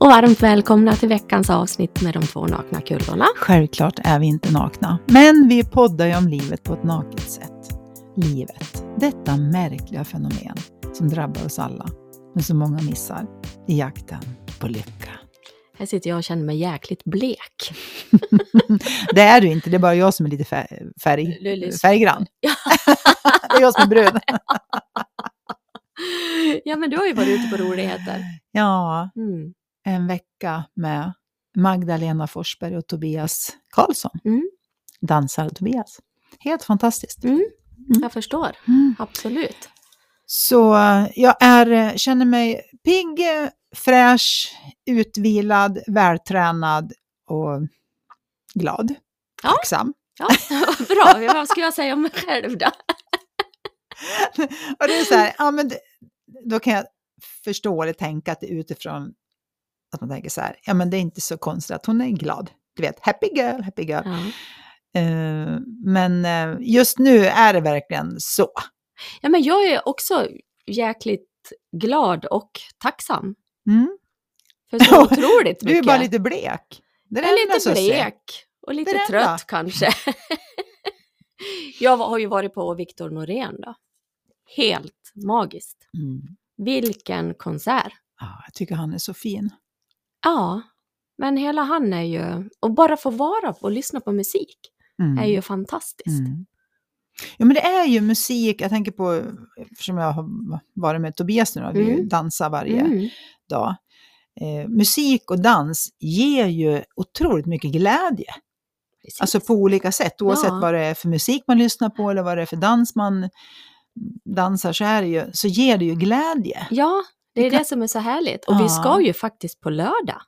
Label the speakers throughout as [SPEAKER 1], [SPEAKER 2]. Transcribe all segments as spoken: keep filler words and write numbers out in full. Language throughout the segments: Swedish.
[SPEAKER 1] varmt välkomna till veckans avsnitt med de två nakna kurvorna.
[SPEAKER 2] Självklart är vi inte nakna, men vi poddar ju om livet på ett naket sätt. Livet, detta märkliga fenomen som drabbar oss alla, men så många missar i jakten på lycka.
[SPEAKER 1] Här sitter jag och känner mig jäkligt blek.
[SPEAKER 2] Det är du inte, det är bara jag som är lite färg, färg, färggrann. Det är jag som är brun.
[SPEAKER 1] Ja, men du har ju varit ute på roligheter.
[SPEAKER 2] Ja,
[SPEAKER 1] Mm.
[SPEAKER 2] en vecka med Magdalena Forsberg och Tobias Karlsson.
[SPEAKER 1] Mm.
[SPEAKER 2] Dansar Tobias. Helt fantastiskt.
[SPEAKER 1] Mm.
[SPEAKER 2] Mm.
[SPEAKER 1] Jag förstår,
[SPEAKER 2] Mm.
[SPEAKER 1] absolut.
[SPEAKER 2] Så jag är, känner mig pigg, fräsch, utvilad, vältränad och glad.
[SPEAKER 1] Ja.
[SPEAKER 2] Tacksam.
[SPEAKER 1] Ja, bra. Vad ska jag säga om mig själv då?
[SPEAKER 2] Och det är så här, ja, men det, då kan jag förstå eller tänka att det är utifrån att man tänker så här, ja men det är inte så konstigt att hon är glad. Du vet, happy girl, happy girl.
[SPEAKER 1] Ja.
[SPEAKER 2] Uh, men uh, just nu är det verkligen så.
[SPEAKER 1] Ja, men jag är också jäkligt glad och tacksam.
[SPEAKER 2] Mm.
[SPEAKER 1] För så otroligt mycket.
[SPEAKER 2] Du är bara lite blek. Det är
[SPEAKER 1] jag är lite blek och lite
[SPEAKER 2] det
[SPEAKER 1] trött
[SPEAKER 2] enda.
[SPEAKER 1] kanske. Jag har ju varit på Victor Norén då. Helt magiskt.
[SPEAKER 2] Mm.
[SPEAKER 1] Vilken konsert.
[SPEAKER 2] Ja, jag tycker han är så fin.
[SPEAKER 1] Ja, men hela han är ju... Och bara få vara och lyssna på musik
[SPEAKER 2] Mm.
[SPEAKER 1] är ju fantastiskt.
[SPEAKER 2] Mm. Ja, men det är ju musik, jag tänker på, eftersom jag har varit med Tobias nu då, vi
[SPEAKER 1] Mm.
[SPEAKER 2] dansar varje
[SPEAKER 1] Mm.
[SPEAKER 2] dag. Eh, musik och dans ger ju otroligt mycket glädje.
[SPEAKER 1] Precis.
[SPEAKER 2] Alltså på olika sätt, oavsett
[SPEAKER 1] Ja.
[SPEAKER 2] vad det är för musik man lyssnar på eller vad det är för dans man dansar, så, är det ju, så ger det ju glädje.
[SPEAKER 1] Ja, det är
[SPEAKER 2] Vi kan-
[SPEAKER 1] det som är så härligt. Och
[SPEAKER 2] Ja.
[SPEAKER 1] vi ska ju faktiskt på lördag.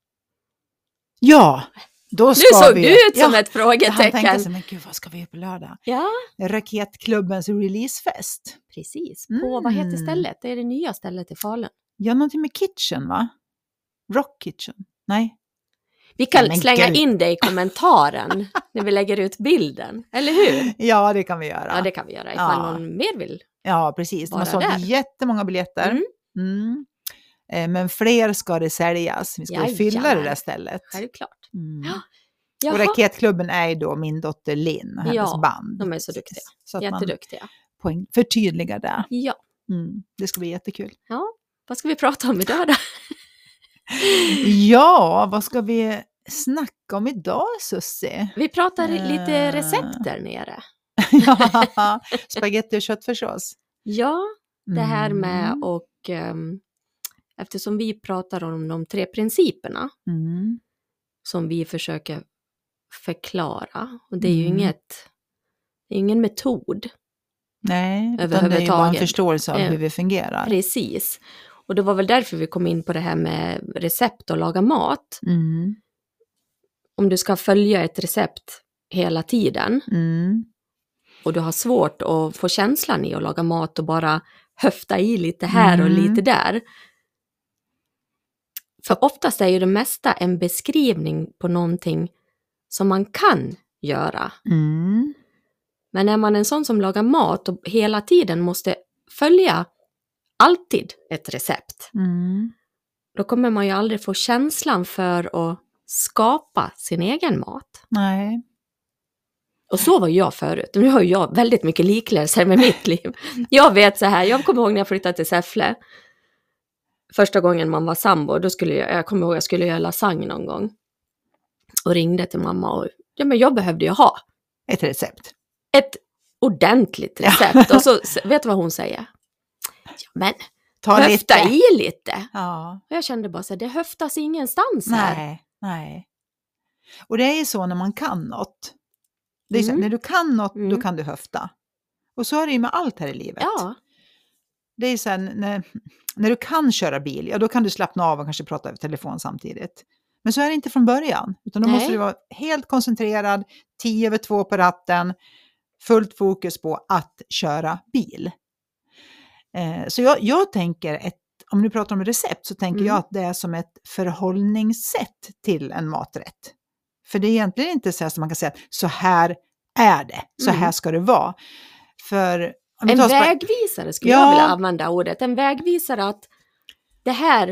[SPEAKER 2] Ja, då
[SPEAKER 1] Nu
[SPEAKER 2] ska
[SPEAKER 1] såg
[SPEAKER 2] vi...
[SPEAKER 1] du ut som
[SPEAKER 2] ja,
[SPEAKER 1] ett
[SPEAKER 2] han tänkte
[SPEAKER 1] frågetecken.
[SPEAKER 2] så, men gud, vad ska vi göra på lördag?
[SPEAKER 1] Ja,
[SPEAKER 2] Raketklubbens releasefest.
[SPEAKER 1] precis. På,
[SPEAKER 2] Mm.
[SPEAKER 1] vad heter stället? Det är det nya stället i Falun.
[SPEAKER 2] Ja, någonting med kitchen, va? Rock kitchen? Nej.
[SPEAKER 1] Vi kan
[SPEAKER 2] Men
[SPEAKER 1] slänga
[SPEAKER 2] gud.
[SPEAKER 1] in det i kommentaren när vi lägger ut bilden. Eller hur?
[SPEAKER 2] Ja, det kan vi göra.
[SPEAKER 1] Ja, det kan vi göra ifall
[SPEAKER 2] Ja.
[SPEAKER 1] någon mer vill.
[SPEAKER 2] Ja, precis. De har
[SPEAKER 1] Bara
[SPEAKER 2] sålt
[SPEAKER 1] där.
[SPEAKER 2] jättemånga biljetter.
[SPEAKER 1] Mm.
[SPEAKER 2] Mm. Eh, Men fler ska det säljas. Vi ska ju fylla det
[SPEAKER 1] Jajamän.
[SPEAKER 2] där stället.
[SPEAKER 1] Självklart.
[SPEAKER 2] Mm.
[SPEAKER 1] Ja.
[SPEAKER 2] Och
[SPEAKER 1] Jaha,
[SPEAKER 2] Raketklubben är ju då min dotter Linn och hennes
[SPEAKER 1] Ja,
[SPEAKER 2] band.
[SPEAKER 1] de är så duktiga.
[SPEAKER 2] Så att man
[SPEAKER 1] jätteduktiga.
[SPEAKER 2] poäng, förtydligar det.
[SPEAKER 1] Ja.
[SPEAKER 2] Mm. Det ska bli jättekul.
[SPEAKER 1] ja, vad ska vi prata om idag då?
[SPEAKER 2] Ja, vad ska vi snacka om idag, Sussi?
[SPEAKER 1] Vi pratar
[SPEAKER 2] Eh.
[SPEAKER 1] lite recept där nere.
[SPEAKER 2] Ja, spaghetti och köttfärssås.
[SPEAKER 1] Ja, det här med
[SPEAKER 2] Mm.
[SPEAKER 1] och um, eftersom vi pratar om de tre principerna
[SPEAKER 2] Mm.
[SPEAKER 1] som vi försöker förklara. Och det är ju
[SPEAKER 2] Mm.
[SPEAKER 1] inget, det är ingen metod.
[SPEAKER 2] Nej, utan det är ju bara en
[SPEAKER 1] Överhuvudtaget.
[SPEAKER 2] förståelse av
[SPEAKER 1] Eh,
[SPEAKER 2] hur vi fungerar.
[SPEAKER 1] Precis. Och det var väl därför vi kom in på det här med recept och laga mat.
[SPEAKER 2] Mm.
[SPEAKER 1] Om du ska följa ett recept hela tiden
[SPEAKER 2] Mm.
[SPEAKER 1] och du har svårt att få känslan i att laga mat och bara höfta i lite här och
[SPEAKER 2] Mm.
[SPEAKER 1] lite där. För oftast är ju det mesta en beskrivning på någonting som man kan göra.
[SPEAKER 2] Mm.
[SPEAKER 1] Men är man en sån som lagar mat och hela tiden måste följa alltid ett recept,
[SPEAKER 2] Mm.
[SPEAKER 1] då kommer man ju aldrig få känslan för att skapa sin egen mat.
[SPEAKER 2] Nej.
[SPEAKER 1] Och så var jag förut. Nu har ju jag väldigt mycket liknelser med mitt liv. Jag vet så här, jag kommer ihåg när jag flyttade till Säffle. Första gången man var sambo, då skulle jag, jag kommer ihåg jag skulle göra lasagne någon gång. Och ringde till mamma och, ja men jag behövde ju ha
[SPEAKER 2] Ett recept.
[SPEAKER 1] ett ordentligt recept. Och så, vet du vad hon säger? Ja men,
[SPEAKER 2] Ta
[SPEAKER 1] höfta
[SPEAKER 2] lite.
[SPEAKER 1] i lite.
[SPEAKER 2] Ja.
[SPEAKER 1] Och jag kände bara så här, det höftas ingenstans här.
[SPEAKER 2] Nej, nej. Och det är ju så när man kan något. Det är så,
[SPEAKER 1] Mm.
[SPEAKER 2] när du kan något,
[SPEAKER 1] Mm.
[SPEAKER 2] då kan du höfta. Och så är det ju med allt här i livet.
[SPEAKER 1] Ja,
[SPEAKER 2] Det är så här, när, när du kan köra bil, ja då kan du slappna av och kanske prata över telefon samtidigt. Men så är det inte från början. Utan då
[SPEAKER 1] Nej.
[SPEAKER 2] måste du vara helt koncentrerad, tio över två på ratten, fullt fokus på att köra bil. Eh, så jag, jag tänker, ett, om du pratar om recept, så tänker
[SPEAKER 1] Mm.
[SPEAKER 2] jag att det är som ett förhållningssätt till en maträtt. För det är egentligen inte så här som man kan säga, så här är det, så
[SPEAKER 1] Mm.
[SPEAKER 2] här ska det vara. För om vi
[SPEAKER 1] en
[SPEAKER 2] tar spa-
[SPEAKER 1] vägvisare skulle
[SPEAKER 2] Ja.
[SPEAKER 1] jag vilja använda ordet. En vägvisare att det här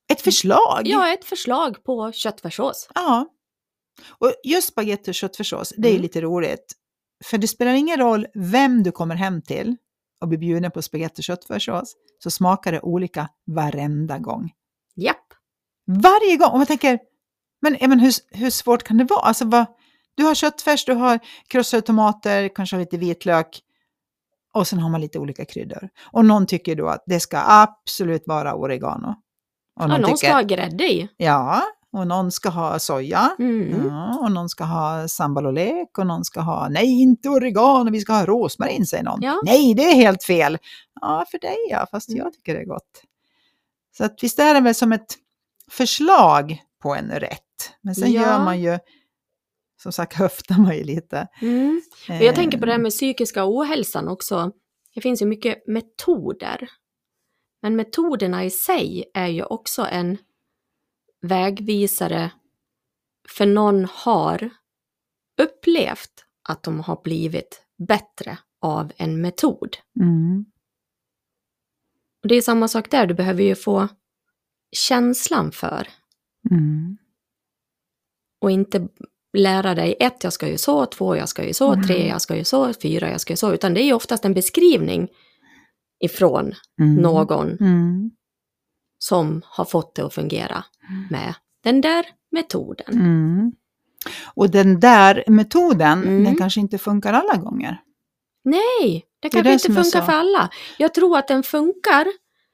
[SPEAKER 2] Ett förslag.
[SPEAKER 1] Ja, ett förslag på köttfärssås.
[SPEAKER 2] Ja. Och just spagetti och köttfärssås, det är
[SPEAKER 1] Mm.
[SPEAKER 2] lite roligt. För det spelar ingen roll vem du kommer hem till och blir bjuden på spagetti och köttfärssås, så smakar det olika varenda gång.
[SPEAKER 1] Japp.
[SPEAKER 2] Varje gång. Och man tänker, men, men hur, hur svårt kan det vara? Alltså, vad, du har köttfärs, du har krossade tomater, kanske lite vitlök. Och sen har man lite olika kryddor. Och någon tycker då att det ska absolut vara oregano. Och
[SPEAKER 1] Ja,
[SPEAKER 2] någon,
[SPEAKER 1] någon
[SPEAKER 2] tycker,
[SPEAKER 1] ska ha grädde i.
[SPEAKER 2] Ja, och någon ska ha soja.
[SPEAKER 1] Mm.
[SPEAKER 2] Ja, och någon ska ha sambal och lek. Och någon ska ha, nej inte oregano, vi ska ha rosmarin, säger någon.
[SPEAKER 1] Ja.
[SPEAKER 2] Nej, det är helt fel. Ja, för dig ja, fast jag tycker det är gott. Så att visst är det väl som ett förslag på en rätt. Men sen
[SPEAKER 1] Ja.
[SPEAKER 2] gör man ju, som sagt, höftar man ju lite.
[SPEAKER 1] Mm. Men jag tänker på det här med psykiska ohälsan också. Det finns ju mycket metoder. Men metoderna i sig är ju också en vägvisare, för någon har upplevt att de har blivit bättre av en metod.
[SPEAKER 2] Mm.
[SPEAKER 1] Och det är samma sak där, du behöver ju få känslan för.
[SPEAKER 2] Mm.
[SPEAKER 1] Och inte lära dig ett, jag ska ju så, två, jag ska ju så,
[SPEAKER 2] Mm.
[SPEAKER 1] tre, jag ska ju så, fyra, jag ska ju så. Utan det är ju oftast en beskrivning ifrån
[SPEAKER 2] Mm.
[SPEAKER 1] någon
[SPEAKER 2] Mm.
[SPEAKER 1] som har fått det att fungera med den där metoden.
[SPEAKER 2] Mm. Och den där metoden,
[SPEAKER 1] Mm.
[SPEAKER 2] den kanske inte funkar alla gånger.
[SPEAKER 1] Nej, det
[SPEAKER 2] är
[SPEAKER 1] kanske
[SPEAKER 2] det
[SPEAKER 1] inte
[SPEAKER 2] som är
[SPEAKER 1] funkar
[SPEAKER 2] så.
[SPEAKER 1] för alla. Jag tror att den funkar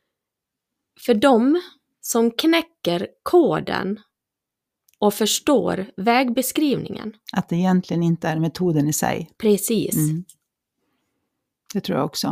[SPEAKER 1] för dem som knäcker koden och förstår vägbeskrivningen.
[SPEAKER 2] Att det egentligen inte är metoden i sig.
[SPEAKER 1] Precis.
[SPEAKER 2] Mm. Det tror jag också.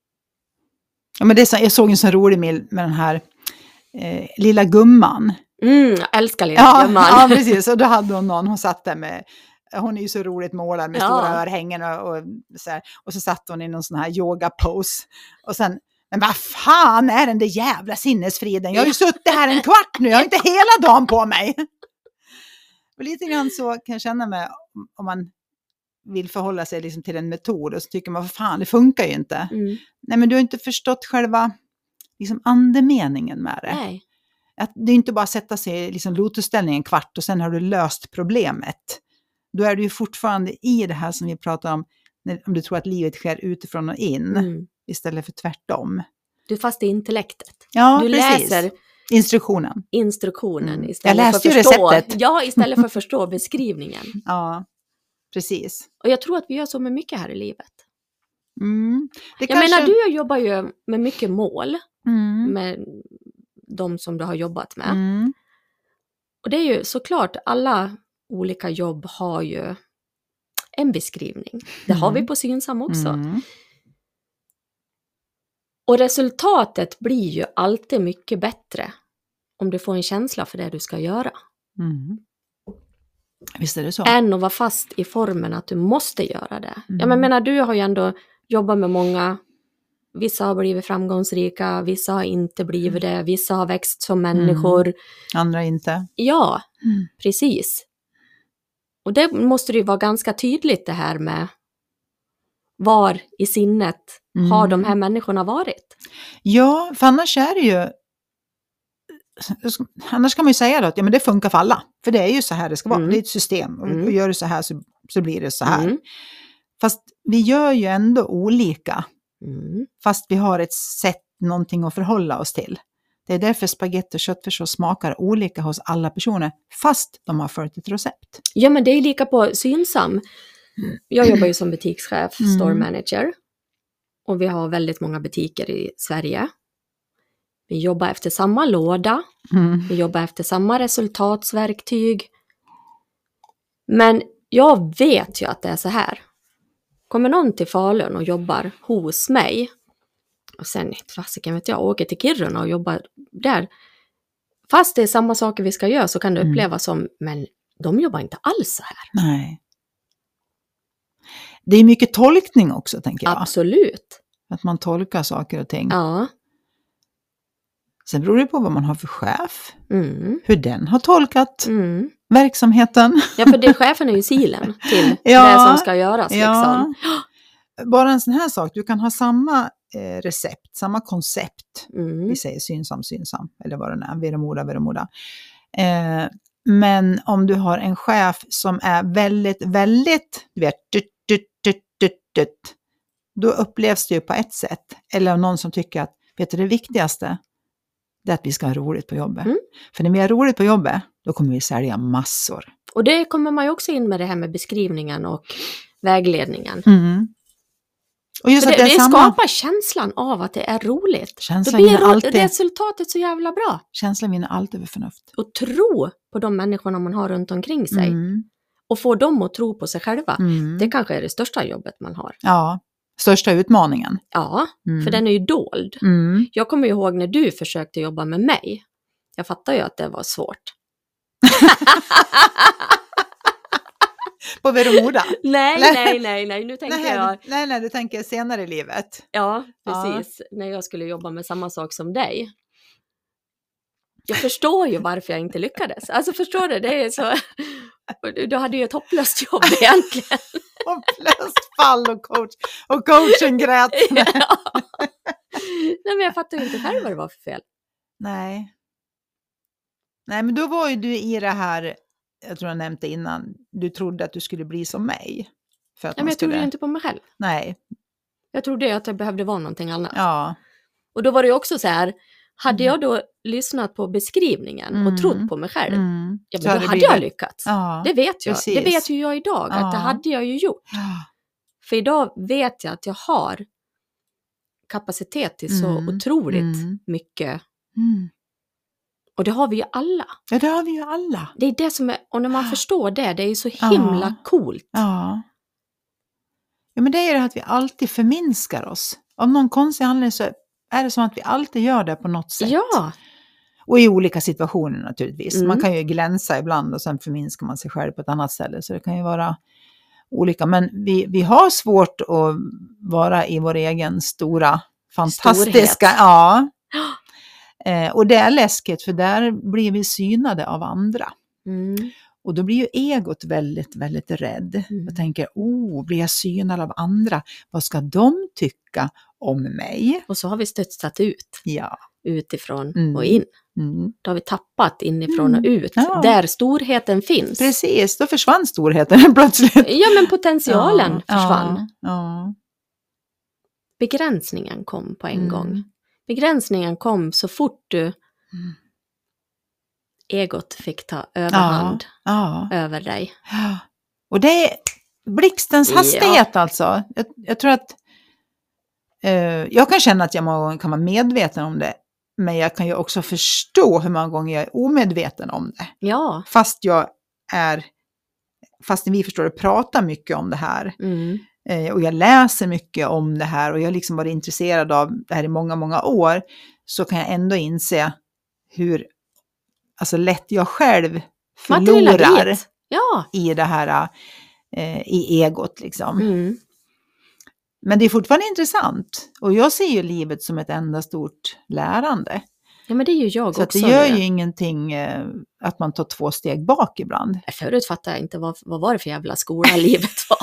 [SPEAKER 2] Ja, men det är så, jag såg en så rolig med, med den här eh, lilla gumman.
[SPEAKER 1] Mm, jag älskar lilla
[SPEAKER 2] Ja,
[SPEAKER 1] gumman.
[SPEAKER 2] ja, precis. Och då hade hon någon, hon satt där med, hon är ju så roligt målad med
[SPEAKER 1] Ja.
[SPEAKER 2] stora örhängen och, och så här. Och så satt hon i någon sån här yoga-pose. Och sen, men vad fan är den där jävla sinnesfriden? Jag har ju suttit här en kvart nu, jag har inte hela dagen på mig. Och lite grann så kan jag känna mig, om man vill förhålla sig liksom till en metod och så tycker man, vad fan, det funkar ju inte.
[SPEAKER 1] Mm.
[SPEAKER 2] Nej, men du har inte förstått själva liksom andemeningen med det.
[SPEAKER 1] Nej.
[SPEAKER 2] Att det är inte bara att sätta sig i liksom lotusställning en kvart och sen har du löst problemet. Då är du ju fortfarande i det här som vi pratar om, när, om du tror att livet sker utifrån och in,
[SPEAKER 1] Mm.
[SPEAKER 2] istället för tvärtom.
[SPEAKER 1] Du är fast i intellektet.
[SPEAKER 2] Ja,
[SPEAKER 1] Du
[SPEAKER 2] precis.
[SPEAKER 1] läser
[SPEAKER 2] instruktionen.
[SPEAKER 1] instruktionen
[SPEAKER 2] Mm.
[SPEAKER 1] istället
[SPEAKER 2] Jag läste
[SPEAKER 1] för
[SPEAKER 2] ju
[SPEAKER 1] att förstå.
[SPEAKER 2] receptet.
[SPEAKER 1] Ja, istället för att förstå beskrivningen.
[SPEAKER 2] Ja, precis.
[SPEAKER 1] Och jag tror att vi gör så med mycket här i livet.
[SPEAKER 2] Mm. Det
[SPEAKER 1] Jag
[SPEAKER 2] kanske...
[SPEAKER 1] menar, du jobbar ju med mycket mål
[SPEAKER 2] Mm.
[SPEAKER 1] med de som du har jobbat med.
[SPEAKER 2] Mm.
[SPEAKER 1] Och det är ju såklart, alla olika jobb har ju en beskrivning. Det har
[SPEAKER 2] Mm.
[SPEAKER 1] vi på Synsam också.
[SPEAKER 2] Mm.
[SPEAKER 1] Och resultatet blir ju alltid mycket bättre om du får en känsla för det du ska göra.
[SPEAKER 2] Mm. Visst är det så.
[SPEAKER 1] Än att vara fast i formen att du måste göra det.
[SPEAKER 2] Mm.
[SPEAKER 1] Jag menar, du har ju ändå jobbat med många. Vissa har blivit framgångsrika, vissa har inte blivit det. Vissa har växt som människor.
[SPEAKER 2] Andra inte.
[SPEAKER 1] Ja,
[SPEAKER 2] Mm.
[SPEAKER 1] precis. Och det måste ju vara ganska tydligt det här med var i sinnet
[SPEAKER 2] Mm.
[SPEAKER 1] har de här människorna varit.
[SPEAKER 2] Ja, för annars är det ju... Annars kan man ju säga då att ja, men det funkar för alla. För det är ju så här det ska vara.
[SPEAKER 1] Mm.
[SPEAKER 2] Det är ett system. Och,
[SPEAKER 1] Mm.
[SPEAKER 2] och gör du så här så, så blir det så här.
[SPEAKER 1] Mm.
[SPEAKER 2] Fast vi gör ju ändå olika.
[SPEAKER 1] Mm.
[SPEAKER 2] Fast vi har ett sätt, någonting att förhålla oss till. Det är därför spagetti och köttfärssås smakar olika hos alla personer. Fast de har följt ett recept.
[SPEAKER 1] Ja, men det är lika på Synsam. Jag jobbar ju som butikschef,
[SPEAKER 2] Mm.
[SPEAKER 1] store manager. Och vi har väldigt många butiker i Sverige. Vi jobbar efter samma låda.
[SPEAKER 2] Mm.
[SPEAKER 1] Vi jobbar efter samma resultatsverktyg. Men jag vet ju att det är så här. Kommer någon till Falun och jobbar hos mig. Och sen, fasiken vet jag, åker till Kiruna och jobbar där. Fast det är samma saker vi ska göra så kan det
[SPEAKER 2] Mm.
[SPEAKER 1] upplevas som, men de jobbar inte alls så här.
[SPEAKER 2] Nej. Det är mycket tolkning också, tänker jag.
[SPEAKER 1] Absolut.
[SPEAKER 2] Att man tolkar saker och ting.
[SPEAKER 1] Ja.
[SPEAKER 2] Sen beror det på vad man har för chef.
[SPEAKER 1] Mm.
[SPEAKER 2] Hur den har tolkat
[SPEAKER 1] Mm.
[SPEAKER 2] verksamheten.
[SPEAKER 1] Ja, för det, chefen är ju silen till
[SPEAKER 2] Ja.
[SPEAKER 1] det som ska göras.
[SPEAKER 2] Ja.
[SPEAKER 1] Liksom.
[SPEAKER 2] Bara en sån här sak. Du kan ha samma eh, recept, samma koncept.
[SPEAKER 1] Mm.
[SPEAKER 2] Vi säger synsam, synsam, eller vad det är, veremoda, veremoda. Eh, men om du har en chef som är väldigt, väldigt, du vet, dut, dut, dut, dut, dut, då upplevs det ju på ett sätt. Eller någon som tycker att, vet du, det viktigaste, det är att vi ska ha roligt på jobbet.
[SPEAKER 1] Mm.
[SPEAKER 2] För när vi har roligt på jobbet, då kommer vi sälja massor.
[SPEAKER 1] Och det kommer man ju också in med det här med beskrivningen och vägledningen.
[SPEAKER 2] Mm. Och just
[SPEAKER 1] För
[SPEAKER 2] att
[SPEAKER 1] det,
[SPEAKER 2] det, är
[SPEAKER 1] det
[SPEAKER 2] samma,
[SPEAKER 1] skapar känslan av att det är roligt.
[SPEAKER 2] Känslan
[SPEAKER 1] Då blir
[SPEAKER 2] vinner
[SPEAKER 1] ro-
[SPEAKER 2] alltid.
[SPEAKER 1] resultatet så jävla bra.
[SPEAKER 2] känslan vinner alltid över förnuft.
[SPEAKER 1] Och tro på de människorna man har runt omkring sig.
[SPEAKER 2] Mm.
[SPEAKER 1] Och få dem att tro på sig själva.
[SPEAKER 2] Mm.
[SPEAKER 1] Det kanske är det största jobbet man har.
[SPEAKER 2] Ja, största utmaningen.
[SPEAKER 1] Ja,
[SPEAKER 2] Mm.
[SPEAKER 1] för den är ju dold.
[SPEAKER 2] Mm.
[SPEAKER 1] Jag kommer ju ihåg när du försökte jobba med mig. Jag fattar ju att det var svårt.
[SPEAKER 2] På veremoda.
[SPEAKER 1] Nej,
[SPEAKER 2] Nej.
[SPEAKER 1] nej, nej, nej. Nu tänker
[SPEAKER 2] Nej,
[SPEAKER 1] jag...
[SPEAKER 2] nej, nej, du tänker senare i livet.
[SPEAKER 1] Ja,
[SPEAKER 2] Ja.
[SPEAKER 1] precis. När jag skulle jobba med samma sak som dig. Jag förstår ju varför jag inte lyckades. Alltså förstår du, det är så... Du hade ju ett hopplöst jobb egentligen.
[SPEAKER 2] Hopplöst fall och coach. Och coachen grät.
[SPEAKER 1] Ja. Nej, men jag fattar ju inte själv vad det var för fel.
[SPEAKER 2] Nej. Nej, men då var ju du i det här, jag tror jag nämnde innan, du trodde att du skulle bli som mig. För att
[SPEAKER 1] Nej, men
[SPEAKER 2] man
[SPEAKER 1] jag
[SPEAKER 2] skulle...
[SPEAKER 1] trodde ju inte på mig själv.
[SPEAKER 2] Nej,
[SPEAKER 1] Jag trodde att det behövde vara någonting annat.
[SPEAKER 2] ja.
[SPEAKER 1] Och då var det ju också så här, hade jag då lyssnat på beskrivningen
[SPEAKER 2] Mm.
[SPEAKER 1] och trott på mig själv,
[SPEAKER 2] Mm.
[SPEAKER 1] ja,
[SPEAKER 2] Så
[SPEAKER 1] men då
[SPEAKER 2] det
[SPEAKER 1] hade
[SPEAKER 2] blivit-
[SPEAKER 1] jag lyckats.
[SPEAKER 2] Ja.
[SPEAKER 1] Det vet jag.
[SPEAKER 2] precis.
[SPEAKER 1] Det vet ju jag idag,
[SPEAKER 2] Ja.
[SPEAKER 1] att det hade jag ju gjort.
[SPEAKER 2] Ja.
[SPEAKER 1] För idag vet jag att jag har kapacitet till så
[SPEAKER 2] Mm.
[SPEAKER 1] otroligt
[SPEAKER 2] Mm.
[SPEAKER 1] mycket.
[SPEAKER 2] Mm.
[SPEAKER 1] Och det har vi ju alla.
[SPEAKER 2] Ja, det har vi ju alla.
[SPEAKER 1] Det är det som är, och när man förstår det, det är ju så
[SPEAKER 2] Ja.
[SPEAKER 1] himla coolt.
[SPEAKER 2] Ja. Ja, men det är det att vi alltid förminskar oss. Av någon konstig anledning så är det som att vi alltid gör det på något sätt.
[SPEAKER 1] Ja,
[SPEAKER 2] Och i olika situationer naturligtvis.
[SPEAKER 1] Mm.
[SPEAKER 2] Man kan ju glänsa ibland och sen förminskar man sig själv på ett annat ställe. Så det kan ju vara olika. Men vi, vi har svårt att vara i vår egen stora, fantastiska...
[SPEAKER 1] Storhet.
[SPEAKER 2] Ja. Eh, och det är läskigt för där blir vi synade av andra.
[SPEAKER 1] mm.
[SPEAKER 2] Och då blir ju egot väldigt, väldigt rädd.
[SPEAKER 1] Mm.
[SPEAKER 2] Jag tänker, oh, blir jag synad av andra? Vad ska de tycka om mig?
[SPEAKER 1] Och så har vi studsat ut,
[SPEAKER 2] Ja.
[SPEAKER 1] utifrån
[SPEAKER 2] Mm.
[SPEAKER 1] och in.
[SPEAKER 2] Mm.
[SPEAKER 1] Då har vi tappat inifrån
[SPEAKER 2] Mm.
[SPEAKER 1] och ut,
[SPEAKER 2] Ja.
[SPEAKER 1] där storheten finns.
[SPEAKER 2] Precis, då försvann storheten plötsligt.
[SPEAKER 1] Ja, men potentialen
[SPEAKER 2] Ja,
[SPEAKER 1] försvann.
[SPEAKER 2] Ja, ja.
[SPEAKER 1] Begränsningen kom på en
[SPEAKER 2] Mm.
[SPEAKER 1] gång. Begränsningen kom så fort du,
[SPEAKER 2] Mm.
[SPEAKER 1] egot fick ta överhand
[SPEAKER 2] Ja.
[SPEAKER 1] över dig.
[SPEAKER 2] Ja. Och det är blixtens
[SPEAKER 1] Ja.
[SPEAKER 2] hastighet alltså. Jag, jag tror att eh, jag kan känna att jag många gånger kan vara medveten om det. Men jag kan ju också förstå hur många gånger jag är omedveten om det.
[SPEAKER 1] Ja.
[SPEAKER 2] Fast jag är, fast vi förstår det, pratar mycket om det här.
[SPEAKER 1] Mm.
[SPEAKER 2] Eh, och jag läser mycket om det här. Och jag har liksom varit intresserad av det här i många, många år. Så kan jag ändå inse hur alltså, lätt jag själv
[SPEAKER 1] Man trillar
[SPEAKER 2] förlorar
[SPEAKER 1] dit. Ja.
[SPEAKER 2] i det här, eh, i egot liksom.
[SPEAKER 1] Mm.
[SPEAKER 2] Men det är fortfarande intressant. Och jag ser ju livet som ett enda stort lärande.
[SPEAKER 1] Ja, men det är ju jag
[SPEAKER 2] Så att
[SPEAKER 1] också.
[SPEAKER 2] det gör
[SPEAKER 1] nu.
[SPEAKER 2] ju ingenting eh, att man tar två steg bak ibland.
[SPEAKER 1] Förut fattade jag inte vad, vad var det för jävla skola livet var.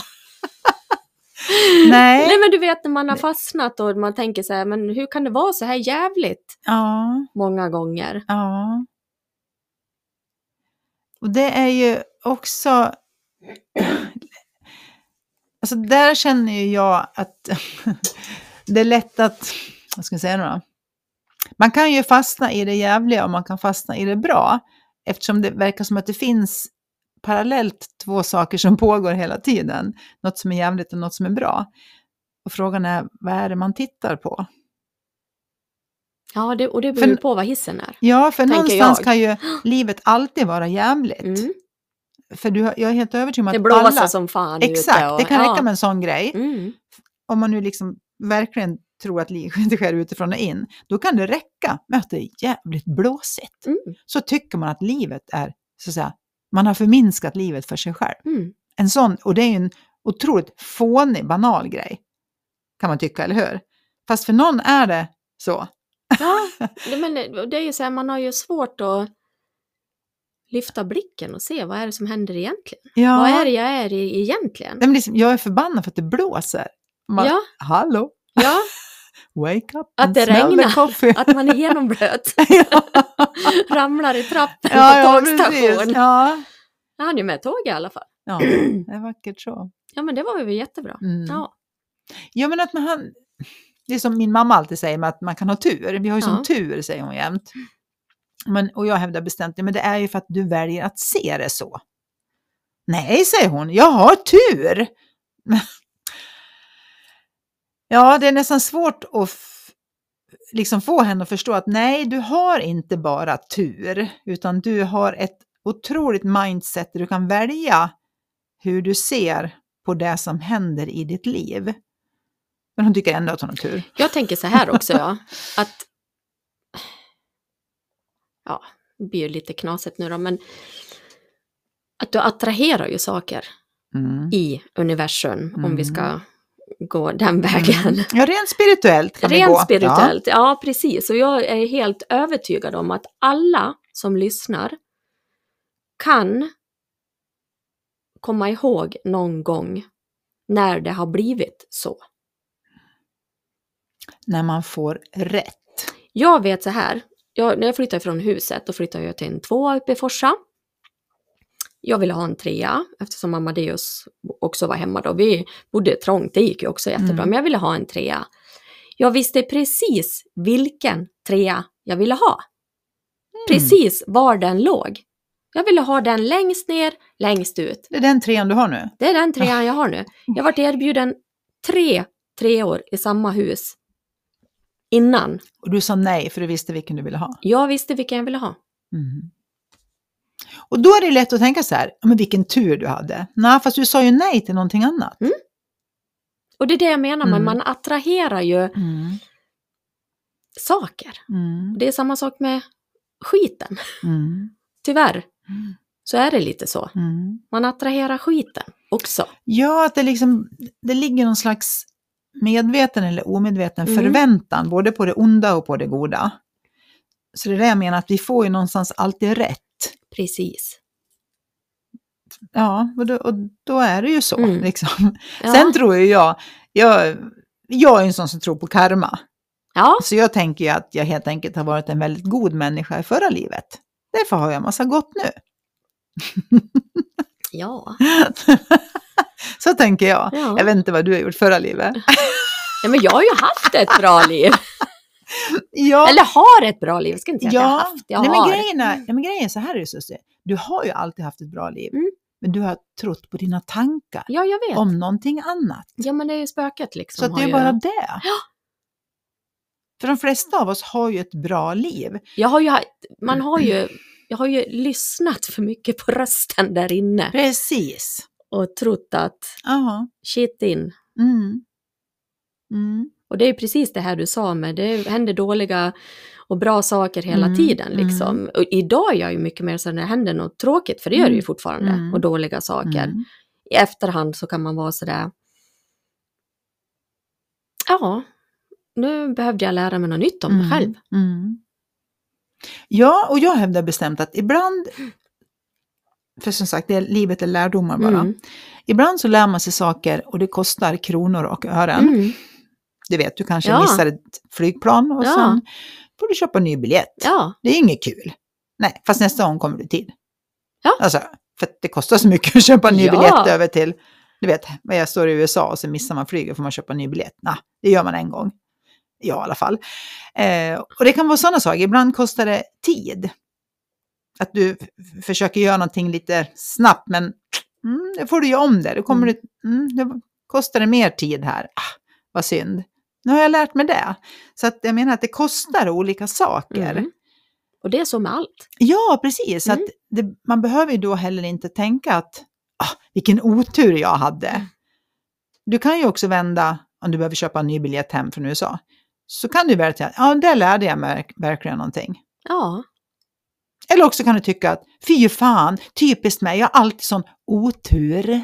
[SPEAKER 2] Nej.
[SPEAKER 1] Nej, men du vet när man har fastnat och man tänker så här, men hur kan det vara så här jävligt
[SPEAKER 2] Ja,
[SPEAKER 1] många gånger?
[SPEAKER 2] ja. Och det är ju också... Alltså där känner ju jag att det är lätt att... Vad ska jag säga nu då? Man kan ju fastna i det jävliga och man kan fastna i det bra. Eftersom det verkar som att det finns parallellt två saker som pågår hela tiden. Något som är jävligt och något som är bra. Och frågan är, vad är det man tittar på?
[SPEAKER 1] Ja, det, och det beror ju
[SPEAKER 2] För-
[SPEAKER 1] på vad hissen är.
[SPEAKER 2] Ja, för
[SPEAKER 1] Tänker
[SPEAKER 2] någonstans
[SPEAKER 1] jag.
[SPEAKER 2] kan ju livet alltid vara jävligt.
[SPEAKER 1] Mm.
[SPEAKER 2] För du, har- jag är helt övertygad om
[SPEAKER 1] Det
[SPEAKER 2] att
[SPEAKER 1] blåser
[SPEAKER 2] alla...
[SPEAKER 1] som fan
[SPEAKER 2] Exakt,
[SPEAKER 1] ute. Och,
[SPEAKER 2] det kan
[SPEAKER 1] ja.
[SPEAKER 2] räcka med en sån grej.
[SPEAKER 1] Mm.
[SPEAKER 2] Om man nu liksom verkligen tror att livet sker utifrån och in. Då kan det räcka med att det är jävligt blåsigt.
[SPEAKER 1] Mm.
[SPEAKER 2] Så tycker man att livet är, så att säga, man har förminskat livet för sig själv.
[SPEAKER 1] Mm.
[SPEAKER 2] En sån, och det är ju en otroligt fånig, banal grej. Kan man tycka, eller hur? Fast för någon är det så.
[SPEAKER 1] Ja, det- men det är ju så här, man har ju svårt att lyfta blicken och se vad är det som händer egentligen.
[SPEAKER 2] Ja.
[SPEAKER 1] Vad är det jag är i egentligen?
[SPEAKER 2] Nej, men liksom, jag är förbannad för att det blåser. Man,
[SPEAKER 1] Ja.
[SPEAKER 2] Hallå?
[SPEAKER 1] Ja,
[SPEAKER 2] Wake up
[SPEAKER 1] Att
[SPEAKER 2] and
[SPEAKER 1] det
[SPEAKER 2] smell the
[SPEAKER 1] regnar,
[SPEAKER 2] coffee.
[SPEAKER 1] att man är genomblöt. Ramlar i trappen
[SPEAKER 2] Ja,
[SPEAKER 1] på
[SPEAKER 2] ja,
[SPEAKER 1] tågstation.
[SPEAKER 2] precis. Ja.
[SPEAKER 1] Jag hann ju med tåg i alla fall.
[SPEAKER 2] Ja, det är vackert så.
[SPEAKER 1] Ja, men det var ju jättebra.
[SPEAKER 2] Mm.
[SPEAKER 1] Ja.
[SPEAKER 2] Ja, men att man, det är som min mamma alltid säger, med att man kan ha tur. Vi har ju
[SPEAKER 1] Ja.
[SPEAKER 2] som tur, säger hon jämt. Men, och jag hävdar bestämt, men det är ju för att du väljer att se det så. Nej, säger hon, jag har tur. Ja, det är nästan svårt att f- liksom få henne att förstå att nej, du har inte bara tur, utan du har ett otroligt mindset där du kan välja hur du ser på det som händer i ditt liv. Men hon tycker ändå att hon har tur.
[SPEAKER 1] Jag tänker så här också, ja. Att, ja, det blir ju lite knasigt nu då, men att du attraherar ju saker
[SPEAKER 2] Mm.
[SPEAKER 1] i universum,
[SPEAKER 2] Mm.
[SPEAKER 1] om vi ska gå den vägen.
[SPEAKER 2] Mm. Ja, rent spirituellt kan vi
[SPEAKER 1] Rent
[SPEAKER 2] gå.
[SPEAKER 1] spirituellt, ja. ja precis. Och jag är helt övertygad om att alla som lyssnar kan komma ihåg någon gång när det har blivit så.
[SPEAKER 2] När man får rätt.
[SPEAKER 1] Jag vet så här, jag, när jag flyttade från huset, då flyttade jag till en tvåa uppe i Forsa. Jag ville ha en trea, eftersom Amadeus också var hemma då. Vi bodde trångt, det gick ju också jättebra,
[SPEAKER 2] Mm.
[SPEAKER 1] men jag ville ha en trea. Jag visste precis vilken trea jag ville ha.
[SPEAKER 2] Mm.
[SPEAKER 1] Precis var den låg. Jag ville ha den längst ner, längst ut.
[SPEAKER 2] Det är den trean du har nu.
[SPEAKER 1] Det är den trean jag har nu. Jag har varit erbjuden tre treor i samma hus innan.
[SPEAKER 2] Och du sa nej för du visste vilken du ville ha.
[SPEAKER 1] Jag visste vilken jag ville ha.
[SPEAKER 2] Mm. Och då är det lätt att tänka så här, men vilken tur du hade. Nej, fast du sa ju nej till någonting annat.
[SPEAKER 1] Mm. Och det är det jag menar,
[SPEAKER 2] Mm.
[SPEAKER 1] men man attraherar ju
[SPEAKER 2] Mm.
[SPEAKER 1] saker.
[SPEAKER 2] Mm.
[SPEAKER 1] Det är samma sak med skiten.
[SPEAKER 2] Mm.
[SPEAKER 1] Tyvärr
[SPEAKER 2] Mm.
[SPEAKER 1] så är det lite så.
[SPEAKER 2] Mm.
[SPEAKER 1] Man attraherar skiten också.
[SPEAKER 2] Ja, att det liksom, det ligger någon slags medveten eller omedveten
[SPEAKER 1] Mm.
[SPEAKER 2] förväntan, både på det onda och på det goda. Så det är det jag menar, att vi får ju någonstans alltid rätt.
[SPEAKER 1] Precis.
[SPEAKER 2] Ja, och då, och då är det ju så.
[SPEAKER 1] Mm.
[SPEAKER 2] Liksom.
[SPEAKER 1] Ja.
[SPEAKER 2] Sen tror ju jag, jag, jag är en sån som tror på karma.
[SPEAKER 1] Ja,
[SPEAKER 2] Så jag tänker ju att jag helt enkelt har varit en väldigt god människa i förra livet. Därför har jag massa gott nu.
[SPEAKER 1] ja.
[SPEAKER 2] Så tänker jag.
[SPEAKER 1] Ja.
[SPEAKER 2] Jag vet inte vad du har gjort förra livet.
[SPEAKER 1] ja. Men jag har ju haft ett bra liv.
[SPEAKER 2] Ja,
[SPEAKER 1] Eller har ett bra liv. Jag ska inte säga att jag har
[SPEAKER 2] ja.
[SPEAKER 1] haft. Jag
[SPEAKER 2] Nej,
[SPEAKER 1] har.
[SPEAKER 2] men grejen är, ja, men grejen är så här är det, Susie. Du har ju alltid haft ett bra liv.
[SPEAKER 1] Mm.
[SPEAKER 2] Men du har trott på dina tankar
[SPEAKER 1] Ja, jag vet.
[SPEAKER 2] om någonting annat.
[SPEAKER 1] Ja, men det är ju spöket liksom.
[SPEAKER 2] Så att det
[SPEAKER 1] har
[SPEAKER 2] är
[SPEAKER 1] ju...
[SPEAKER 2] bara det.
[SPEAKER 1] Ja.
[SPEAKER 2] För de flesta av oss har ju ett bra liv.
[SPEAKER 1] Jag har ju, man har ju, jag har ju lyssnat för mycket på rösten där inne.
[SPEAKER 2] Precis.
[SPEAKER 1] Och trott att
[SPEAKER 2] Aha.
[SPEAKER 1] shit in.
[SPEAKER 2] Mm. Mm.
[SPEAKER 1] Och det är precis det här du sa med, det händer dåliga och bra saker hela
[SPEAKER 2] Mm,
[SPEAKER 1] tiden liksom. Och idag är jag ju mycket mer så när det händer något tråkigt, för det gör det ju
[SPEAKER 2] Mm,
[SPEAKER 1] fortfarande,
[SPEAKER 2] mm,
[SPEAKER 1] och dåliga saker.
[SPEAKER 2] Mm.
[SPEAKER 1] I efterhand så kan man vara sådär, ja, nu behövde jag lära mig något nytt om mig
[SPEAKER 2] Mm,
[SPEAKER 1] själv.
[SPEAKER 2] mm. Ja, och jag hävdar bestämt att ibland, för som sagt, det är, livet är lärdomar bara.
[SPEAKER 1] Mm.
[SPEAKER 2] Ibland så lär man sig saker och det kostar kronor och ören.
[SPEAKER 1] Mm.
[SPEAKER 2] Du vet, du kanske
[SPEAKER 1] Ja.
[SPEAKER 2] missar ett flygplan och
[SPEAKER 1] Ja.
[SPEAKER 2] sen får du köpa en ny biljett.
[SPEAKER 1] Ja,
[SPEAKER 2] Det är inget kul. Nej, fast nästa gång kommer du i tid.
[SPEAKER 1] Ja.
[SPEAKER 2] Alltså, för att det kostar så mycket att köpa en ny
[SPEAKER 1] Ja.
[SPEAKER 2] biljett över till, du vet, vad jag står i U S A och så missar man flyget, får man köpa en ny biljett. Nej, det gör man en gång. Ja, i alla fall. Eh, och det kan vara sådana saker. Ibland kostar det tid. Att du f- försöker göra någonting lite snabbt, men mm, då får du göra om det. Då kommer
[SPEAKER 1] Mm.
[SPEAKER 2] det, mm, det kostar det mer tid här. Ah, vad synd. Nu har jag lärt mig det. Så att jag menar att det kostar olika saker.
[SPEAKER 1] mm. Och det är så med allt.
[SPEAKER 2] Ja, precis. Så
[SPEAKER 1] Mm.
[SPEAKER 2] att det, man behöver ju då heller inte tänka att ah, vilken otur jag hade.
[SPEAKER 1] Mm.
[SPEAKER 2] Du kan ju också vända, om du behöver köpa en ny biljett hem från U S A. Så kan du välja att ja, där lärde jag mig verkligen någonting.
[SPEAKER 1] Ja,
[SPEAKER 2] Eller också kan du tycka att fy fan, typiskt mig, jag har alltid sån otur.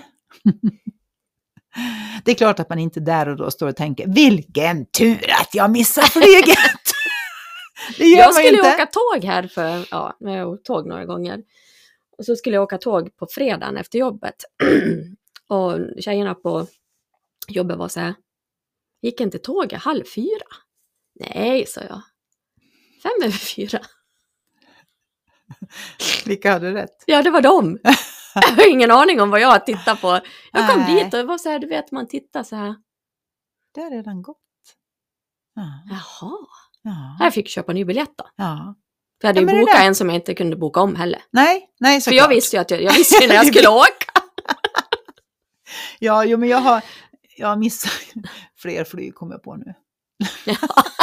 [SPEAKER 2] Det är klart att man inte där och då står och tänker, vilken tur att jag missar flyget. Det gör
[SPEAKER 1] jag
[SPEAKER 2] man
[SPEAKER 1] skulle
[SPEAKER 2] inte.
[SPEAKER 1] åka tåg här för, ja, jag har åkt tåg några gånger. Och så skulle jag åka tåg på fredagen efter jobbet. Och tjejerna på jobbet var så här, gick inte tåget halv fyra? Nej, sa jag. Fem över fyra.
[SPEAKER 2] Vilka hade rätt?
[SPEAKER 1] Ja, det var dem. Jag har ingen aning om vad jag tittar på. Jag kom
[SPEAKER 2] Nej.
[SPEAKER 1] dit och det var så här, du vet, man tittar så här.
[SPEAKER 2] Det har redan gått. Ja.
[SPEAKER 1] Jaha.
[SPEAKER 2] Ja.
[SPEAKER 1] Jag fick köpa ny biljett då.
[SPEAKER 2] Ja.
[SPEAKER 1] För jag hade
[SPEAKER 2] Ja,
[SPEAKER 1] ju
[SPEAKER 2] men det
[SPEAKER 1] bokat
[SPEAKER 2] där-
[SPEAKER 1] en som jag inte kunde boka om heller.
[SPEAKER 2] Nej, nej
[SPEAKER 1] För
[SPEAKER 2] såklart.
[SPEAKER 1] jag visste ju att jag, jag visste ju när jag skulle åka.
[SPEAKER 2] Ja, jo, men jag har, jag har missat fler flyg kommer jag på nu.
[SPEAKER 1] Ja.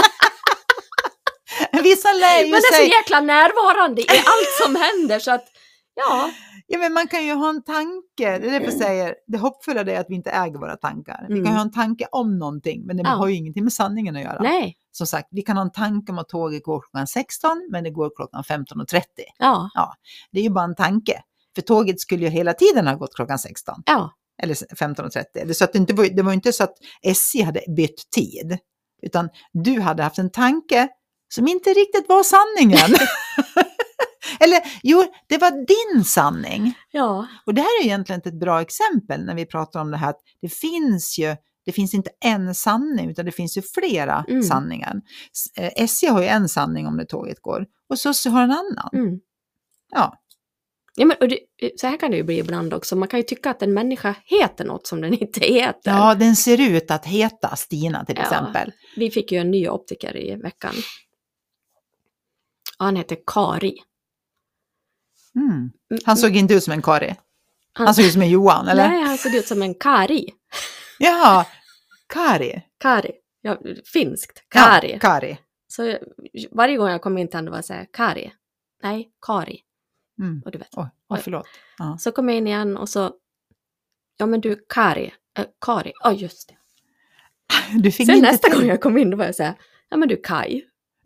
[SPEAKER 2] Vissa lär ju
[SPEAKER 1] Men det är
[SPEAKER 2] sig...
[SPEAKER 1] så jäkla närvarande i allt som händer så att, ja.
[SPEAKER 2] Ja, men man kan ju ha en tanke. Det är därför jag säger, det hoppfulla är att vi inte äger våra tankar. Vi
[SPEAKER 1] Mm.
[SPEAKER 2] kan ha en tanke om någonting, men det
[SPEAKER 1] Ja.
[SPEAKER 2] har ju ingenting med sanningen att göra.
[SPEAKER 1] Nej,
[SPEAKER 2] Som sagt, vi kan ha en tanke om att tåget går klockan sexton, men det går klockan femton och trettio.
[SPEAKER 1] ja,
[SPEAKER 2] Det är ju bara en tanke. För tåget skulle ju hela tiden ha gått klockan sexton.
[SPEAKER 1] ja.
[SPEAKER 2] Eller femton och trettio. Det, så att det, inte var, det var inte så att S J hade bytt tid. Utan du hade haft en tanke som inte riktigt var sanningen. Eller jo, det var din sanning.
[SPEAKER 1] Ja,
[SPEAKER 2] Och det här är egentligen ett bra exempel när vi pratar om det här. Att det finns ju, det finns inte en sanning utan det finns ju flera
[SPEAKER 1] Mm.
[SPEAKER 2] sanningar. S- eh, S J har ju en sanning om när tåget går. Och så, så har en annan.
[SPEAKER 1] mm.
[SPEAKER 2] Ja.
[SPEAKER 1] Ja, men, och det, så här kan det ju bli ibland också. Man kan ju tycka att en människa heter något som den inte heter.
[SPEAKER 2] ja, den ser ut att heta Stina till
[SPEAKER 1] Ja.
[SPEAKER 2] exempel.
[SPEAKER 1] Vi fick ju en ny optiker i veckan. Och han heter Kari.
[SPEAKER 2] Mm. Han såg inte ut som en Kari.
[SPEAKER 1] Han,
[SPEAKER 2] Han såg ut som en Johan, eller?
[SPEAKER 1] Nej, han såg ut som en Kari.
[SPEAKER 2] Jaha, Kari.
[SPEAKER 1] Kari. Ja, finskt. Kari.
[SPEAKER 2] Ja, Kari.
[SPEAKER 1] Så jag- varje gång jag kom in till honom var jag så här, Kari. Nej, Kari.
[SPEAKER 2] Mm.
[SPEAKER 1] Och du vet.
[SPEAKER 2] Oj, oj, förlåt. Ja.
[SPEAKER 1] Så kom jag in igen och så, ja men du, Kari. Äh, Kari. Ja, just det.
[SPEAKER 2] Du fick
[SPEAKER 1] Sen
[SPEAKER 2] inte
[SPEAKER 1] nästa
[SPEAKER 2] till.
[SPEAKER 1] gång jag kom in då var jag så här, ja men du, Kai.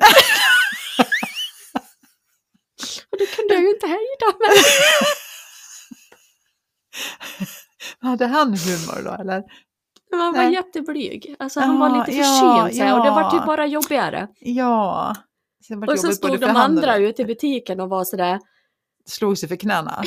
[SPEAKER 1] Och det kunde jag ju inte hejda med.
[SPEAKER 2] Hade han humor då, eller?
[SPEAKER 1] Men han var
[SPEAKER 2] Nej.
[SPEAKER 1] jätteblyg. Alltså han var
[SPEAKER 2] Ja,
[SPEAKER 1] lite
[SPEAKER 2] ja,
[SPEAKER 1] förkyld så här, och det
[SPEAKER 2] ja.
[SPEAKER 1] var typ bara jobbigare.
[SPEAKER 2] Ja. Så det var
[SPEAKER 1] Och så
[SPEAKER 2] jobbigt både
[SPEAKER 1] stod
[SPEAKER 2] för
[SPEAKER 1] de
[SPEAKER 2] han och
[SPEAKER 1] andra
[SPEAKER 2] dig.
[SPEAKER 1] ute i butiken och var sådär,
[SPEAKER 2] Slog sig för knäna.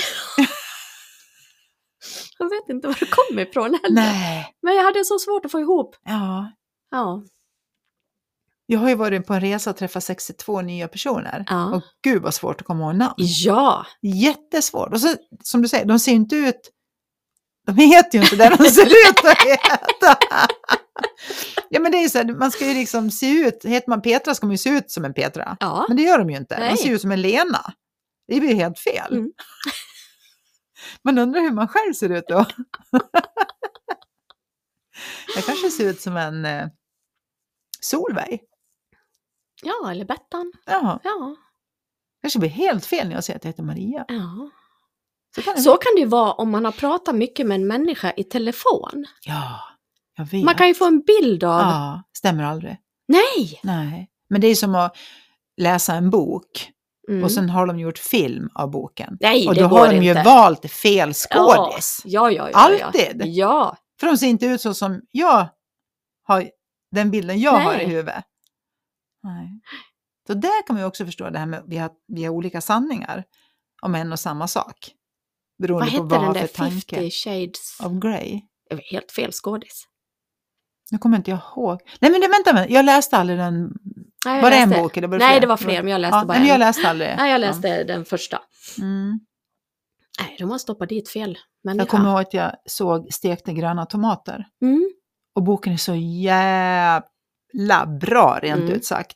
[SPEAKER 1] jag vet inte var det kom ifrån heller.
[SPEAKER 2] Nej.
[SPEAKER 1] Men jag hade så svårt att få ihop.
[SPEAKER 2] Ja.
[SPEAKER 1] Ja,
[SPEAKER 2] Jag har ju varit på en resa och träffat sextiotvå nya personer.
[SPEAKER 1] Ja.
[SPEAKER 2] Och gud vad svårt att komma ihåg namn.
[SPEAKER 1] ja.
[SPEAKER 2] Jättesvårt. Och så, som du säger, de ser ju inte ut... De heter ju inte det de ser ut att heta. Ja, men det är ju så här, man ska ju liksom se ut... Heter man Petra ska man ju se ut som en Petra.
[SPEAKER 1] Ja.
[SPEAKER 2] Men det gör de ju inte.
[SPEAKER 1] Nej.
[SPEAKER 2] De ser ut som en Lena. Det blir helt fel.
[SPEAKER 1] Mm.
[SPEAKER 2] Man undrar hur man själv ser ut då. Jag kanske ser ut som en eh, Solveig.
[SPEAKER 1] Ja, eller Bettan.
[SPEAKER 2] Ja,
[SPEAKER 1] Ja,
[SPEAKER 2] kanske blir helt fel när jag säger att jag heter Maria.
[SPEAKER 1] ja.
[SPEAKER 2] Så kan det
[SPEAKER 1] Så kan det ju vara om man har pratat mycket med en människa i telefon.
[SPEAKER 2] Ja, jag vet.
[SPEAKER 1] Man kan ju få en bild av,
[SPEAKER 2] Ja, stämmer aldrig.
[SPEAKER 1] nej.
[SPEAKER 2] Nej, men det är som att läsa en bok
[SPEAKER 1] Mm.
[SPEAKER 2] och sen har de gjort film av boken.
[SPEAKER 1] Nej,
[SPEAKER 2] och
[SPEAKER 1] det
[SPEAKER 2] då
[SPEAKER 1] går
[SPEAKER 2] har de ju
[SPEAKER 1] inte.
[SPEAKER 2] valt fel skådis.
[SPEAKER 1] Ja, ja, ja.
[SPEAKER 2] Alltid.
[SPEAKER 1] Ja. ja.
[SPEAKER 2] För de ser inte ut så som jag har, den bilden jag har i
[SPEAKER 1] Nej.
[SPEAKER 2] huvudet. Nej. Så där kan man ju också förstå det här med att vi har, vi har olika sanningar om en och samma sak. Beroende
[SPEAKER 1] Vad
[SPEAKER 2] på
[SPEAKER 1] hette
[SPEAKER 2] vad
[SPEAKER 1] den
[SPEAKER 2] har
[SPEAKER 1] där
[SPEAKER 2] för tanke.
[SPEAKER 1] fifty shades?
[SPEAKER 2] Of Grey.
[SPEAKER 1] Det var helt fel skådis.
[SPEAKER 2] Nu kommer inte jag ihåg. Nej men det, vänta, vänta, jag läste aldrig den.
[SPEAKER 1] Nej, jag
[SPEAKER 2] Var det en
[SPEAKER 1] läste-
[SPEAKER 2] bok? Eller var det
[SPEAKER 1] Nej,
[SPEAKER 2] fler?
[SPEAKER 1] det var fler, men jag läste
[SPEAKER 2] ja,
[SPEAKER 1] bara
[SPEAKER 2] men jag
[SPEAKER 1] en.
[SPEAKER 2] läste aldrig.
[SPEAKER 1] Nej, jag läste den första.
[SPEAKER 2] Ja. Mm.
[SPEAKER 1] Nej, de har stoppat dit fel människa.
[SPEAKER 2] Jag kommer ihåg att jag såg Stekta gröna tomater.
[SPEAKER 1] Mm.
[SPEAKER 2] Och boken är så jävla bra, rent
[SPEAKER 1] Mm.
[SPEAKER 2] ut sagt.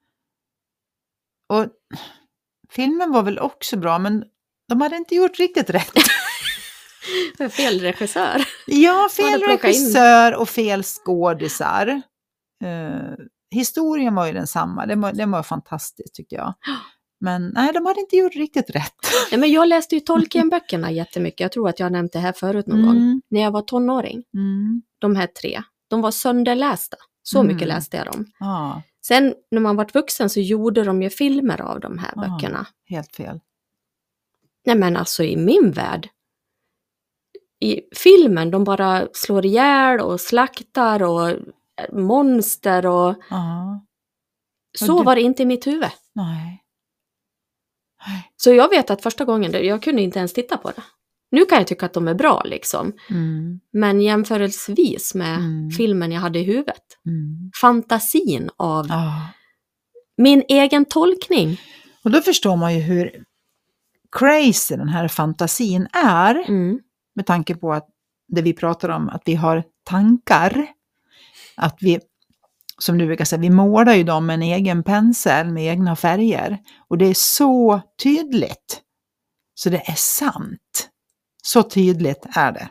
[SPEAKER 2] Och filmen var väl också bra, men de hade inte gjort riktigt rätt.
[SPEAKER 1] Fel regissör.
[SPEAKER 2] Ja,
[SPEAKER 1] De hade
[SPEAKER 2] fel
[SPEAKER 1] plockat in-
[SPEAKER 2] regissör och fel skådisar. Uh, historien var ju densamma. Den var, den var fantastisk tyckte jag. Men nej, de hade inte gjort riktigt rätt.
[SPEAKER 1] Nej, men jag läste ju Tolkien-böckerna jättemycket. Jag tror att jag har nämnt det här förut någon gång.
[SPEAKER 2] Mm.
[SPEAKER 1] När jag var tonåring.
[SPEAKER 2] Mm.
[SPEAKER 1] De här tre. De var sönderlästa. Så
[SPEAKER 2] Mm.
[SPEAKER 1] mycket läste jag dem.
[SPEAKER 2] Ja,
[SPEAKER 1] Sen när man var vuxen så gjorde de ju filmer av de här
[SPEAKER 2] Ja.
[SPEAKER 1] böckerna.
[SPEAKER 2] helt fel.
[SPEAKER 1] Nej men alltså i min värld. I filmen de bara slår ihjäl och slaktar och monster och
[SPEAKER 2] Ja,
[SPEAKER 1] så
[SPEAKER 2] du-
[SPEAKER 1] var det inte i mitt huvud.
[SPEAKER 2] nej. Nej.
[SPEAKER 1] Så jag vet att första gången, jag kunde inte ens titta på det. Nu kan jag tycka att de är bra liksom.
[SPEAKER 2] Mm.
[SPEAKER 1] Men jämförelsevis med
[SPEAKER 2] Mm.
[SPEAKER 1] filmen jag hade i huvudet.
[SPEAKER 2] Mm.
[SPEAKER 1] Fantasin av
[SPEAKER 2] Ja.
[SPEAKER 1] min egen tolkning.
[SPEAKER 2] Och då förstår man ju hur crazy den här fantasin är.
[SPEAKER 1] Mm.
[SPEAKER 2] Med tanke på att det vi pratar om, att vi har tankar. Att vi, som du brukar säga, vi målar ju dem med en egen pensel med egna färger. Och det är så tydligt. Så det är sant. Så tydligt är det.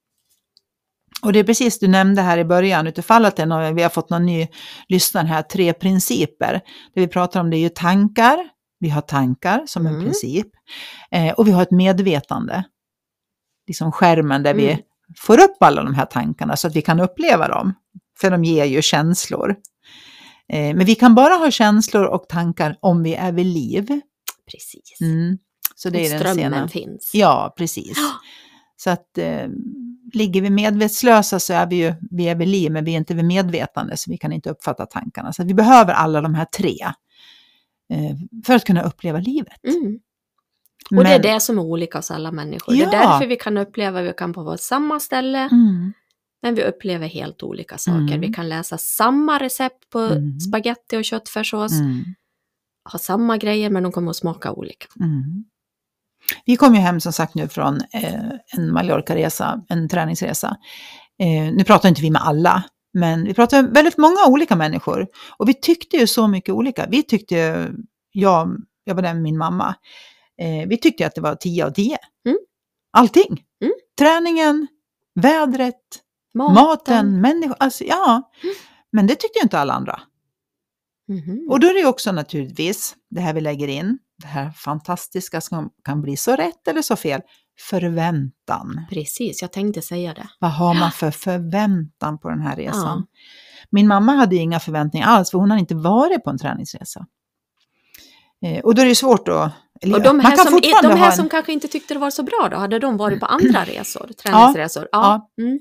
[SPEAKER 2] Och det är precis du nämnde här i början, utifall att det, vi har fått någon ny lyssnare här, tre principer. Det vi pratar om det är ju tankar. Vi har tankar som
[SPEAKER 1] Mm.
[SPEAKER 2] en princip. Eh, och vi har ett medvetande. Liksom skärmen där
[SPEAKER 1] Mm.
[SPEAKER 2] vi får upp alla de här tankarna så att vi kan uppleva dem. För de ger ju känslor. Eh, men vi kan bara ha känslor och tankar om vi är vid liv.
[SPEAKER 1] Precis.
[SPEAKER 2] Mm. Så det är den
[SPEAKER 1] Strömmen
[SPEAKER 2] scenen.
[SPEAKER 1] finns.
[SPEAKER 2] Ja, precis. Så att eh, ligger vi medvetslösa så är vi ju vi är vid liv, men vi är inte vid medvetande, så vi kan inte uppfatta tankarna. Så att vi behöver alla de här tre eh, för att kunna uppleva livet.
[SPEAKER 1] Mm. Och
[SPEAKER 2] Men,
[SPEAKER 1] det är det som är olika hos alla människor.
[SPEAKER 2] Ja.
[SPEAKER 1] Det är därför vi kan uppleva, vi kan på vara samma ställe,
[SPEAKER 2] mm,
[SPEAKER 1] men vi upplever helt olika saker.
[SPEAKER 2] Mm.
[SPEAKER 1] Vi kan läsa samma recept på
[SPEAKER 2] Mm.
[SPEAKER 1] spaghetti och köttfärssås,
[SPEAKER 2] mm,
[SPEAKER 1] ha samma grejer, men de kommer att smaka olika.
[SPEAKER 2] mm. Vi kom ju hem som sagt nu från eh, en Mallorca-resa, en träningsresa. Eh, nu pratar inte vi med alla, men vi pratar med väldigt många olika människor. Och vi tyckte ju så mycket olika. Vi tyckte, jag, jag var där med min mamma, eh, vi tyckte att det var tio av tio.
[SPEAKER 1] Mm.
[SPEAKER 2] Allting.
[SPEAKER 1] Mm.
[SPEAKER 2] Träningen, vädret,
[SPEAKER 1] Maten.
[SPEAKER 2] maten, människor. Alltså, ja.
[SPEAKER 1] Mm.
[SPEAKER 2] Men det tyckte ju inte alla andra.
[SPEAKER 1] Mhm.
[SPEAKER 2] Och då är det också naturligtvis det här vi lägger in. Det här fantastiska som kan bli så rätt eller så fel. Förväntan.
[SPEAKER 1] Precis, jag tänkte säga det.
[SPEAKER 2] Vad har man för förväntan på den här resan?
[SPEAKER 1] Ja.
[SPEAKER 2] Min mamma hade inga förväntningar alls, för hon har inte varit på en träningsresa. Eh, och då är det svårt att... Eller,
[SPEAKER 1] Och de
[SPEAKER 2] man
[SPEAKER 1] här,
[SPEAKER 2] kan
[SPEAKER 1] som,
[SPEAKER 2] fortfarande
[SPEAKER 1] de
[SPEAKER 2] ha
[SPEAKER 1] här
[SPEAKER 2] en-
[SPEAKER 1] som kanske inte tyckte det var så bra då, hade de varit på andra resor, träningsresor? Ja. Mm.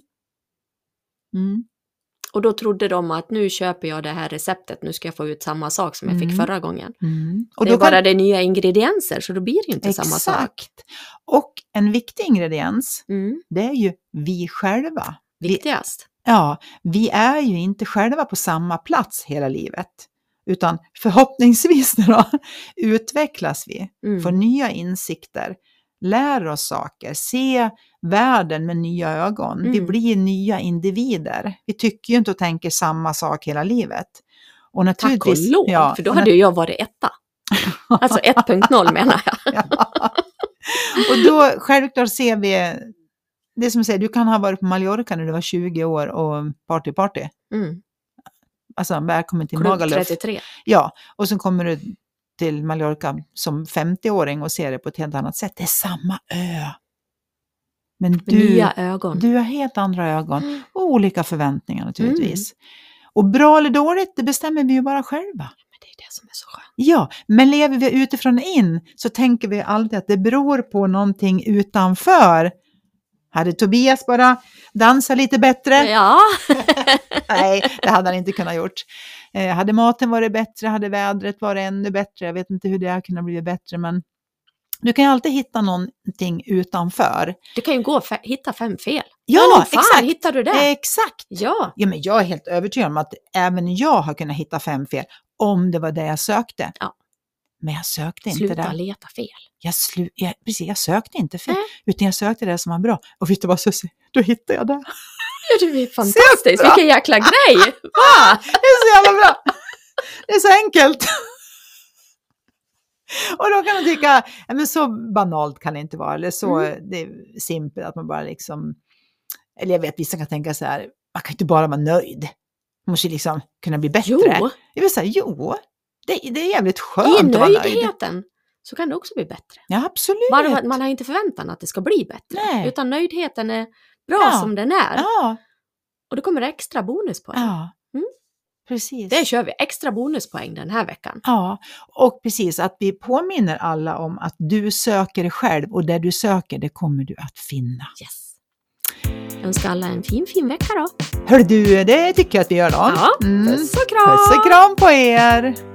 [SPEAKER 2] Mm.
[SPEAKER 1] Och då trodde de att nu köper jag det här receptet, nu ska jag få ut samma sak som jag fick
[SPEAKER 2] Mm.
[SPEAKER 1] förra gången.
[SPEAKER 2] Mm. Och
[SPEAKER 1] Det är
[SPEAKER 2] då kan-
[SPEAKER 1] bara det nya ingredienser, så då blir det ju inte samma sak.
[SPEAKER 2] Exakt. Och en viktig ingrediens,
[SPEAKER 1] Mm.
[SPEAKER 2] det är ju vi själva. Vi,
[SPEAKER 1] Viktigast.
[SPEAKER 2] ja, vi är ju inte själva på samma plats hela livet. Utan förhoppningsvis då, utvecklas vi,
[SPEAKER 1] Mm.
[SPEAKER 2] får nya insikter, lär oss saker, se världen med nya ögon. Vi
[SPEAKER 1] Mm.
[SPEAKER 2] blir nya individer. Vi tycker ju inte och tänker samma sak hela livet. Och
[SPEAKER 1] Tack och
[SPEAKER 2] naturligtvis,
[SPEAKER 1] lov,
[SPEAKER 2] ja,
[SPEAKER 1] för då
[SPEAKER 2] och
[SPEAKER 1] hade ju jag varit etta. Alltså ett punkt noll menar jag.
[SPEAKER 2] Ja. Och då självklart ser vi, det som säger, du kan ha varit på Mallorca när du var tjugo år och party party.
[SPEAKER 1] Mm.
[SPEAKER 2] Alltså välkommen till
[SPEAKER 1] Klubb
[SPEAKER 2] Magaluf.
[SPEAKER 1] trettiotre.
[SPEAKER 2] Ja, och så kommer du till Mallorca som femtio-åring och ser det på ett helt annat sätt. Det är samma ö. Men
[SPEAKER 1] Med
[SPEAKER 2] du,
[SPEAKER 1] nya ögon.
[SPEAKER 2] du har helt andra ögon
[SPEAKER 1] Mm.
[SPEAKER 2] och olika förväntningar naturligtvis. Och bra eller dåligt, det bestämmer vi ju bara själva.
[SPEAKER 1] Men det är det som är så skönt.
[SPEAKER 2] Ja, men lever vi utifrån in så tänker vi alltid att det beror på någonting utanför. Hade Tobias bara dansat lite bättre?
[SPEAKER 1] Ja.
[SPEAKER 2] Nej, det hade han inte kunnat gjort. Eh, hade maten varit bättre, hade vädret varit ännu bättre. Jag vet inte hur det har kunnat bli bättre, men du kan ju alltid hitta någonting utanför.
[SPEAKER 1] Du kan ju gå och fe- hitta fem fel.
[SPEAKER 2] Ja,
[SPEAKER 1] Men nog fan,
[SPEAKER 2] exakt.
[SPEAKER 1] hittar du det?
[SPEAKER 2] Exakt.
[SPEAKER 1] Ja.
[SPEAKER 2] Ja, men jag är helt övertygad om att även jag har kunnat hitta fem fel om det var det jag sökte.
[SPEAKER 1] Ja.
[SPEAKER 2] Men jag sökte inte
[SPEAKER 1] Sluta
[SPEAKER 2] det.
[SPEAKER 1] leta fel.
[SPEAKER 2] Jag, slu- jag, precis, jag sökte inte fel,
[SPEAKER 1] Nej.
[SPEAKER 2] utan jag sökte det som var bra. Och vet du vad, Susie? Då hittade jag det.
[SPEAKER 1] Ja, det är fantastiskt.
[SPEAKER 2] bra.
[SPEAKER 1] Vilken jäkla grej. Va?
[SPEAKER 2] Det är så jävla bra. Det är så enkelt. Och då kan man tycka, ja, men så banalt kan det inte vara. Eller så
[SPEAKER 1] Mm.
[SPEAKER 2] det är simpelt att man bara liksom, eller jag vet, vissa kan tänka så här, man kan inte bara vara nöjd. Man måste ju liksom kunna bli bättre.
[SPEAKER 1] Jo,
[SPEAKER 2] Jag vill säga, jo, det, det är jävligt
[SPEAKER 1] i
[SPEAKER 2] skönt att vara nöjd.
[SPEAKER 1] nöjdheten så kan det också bli bättre.
[SPEAKER 2] Ja, absolut.
[SPEAKER 1] Bara för att man har inte förväntan att det ska bli bättre.
[SPEAKER 2] Nej.
[SPEAKER 1] Utan nöjdheten är bra
[SPEAKER 2] Ja.
[SPEAKER 1] som den är.
[SPEAKER 2] Ja,
[SPEAKER 1] Och då kommer det extra bonuspoäng.
[SPEAKER 2] ja.
[SPEAKER 1] Mm.
[SPEAKER 2] Precis.
[SPEAKER 1] Det kör vi. Extra bonuspoäng den här veckan.
[SPEAKER 2] Ja, och precis att vi påminner alla om att du söker dig själv och det du söker, det kommer du att finna.
[SPEAKER 1] Yes. Jag önskar alla en fin, fin vecka då.
[SPEAKER 2] Hör du, det tycker jag att vi gör då.
[SPEAKER 1] Ja,
[SPEAKER 2] Mm.
[SPEAKER 1] puss och kram!
[SPEAKER 2] Puss och kram på er!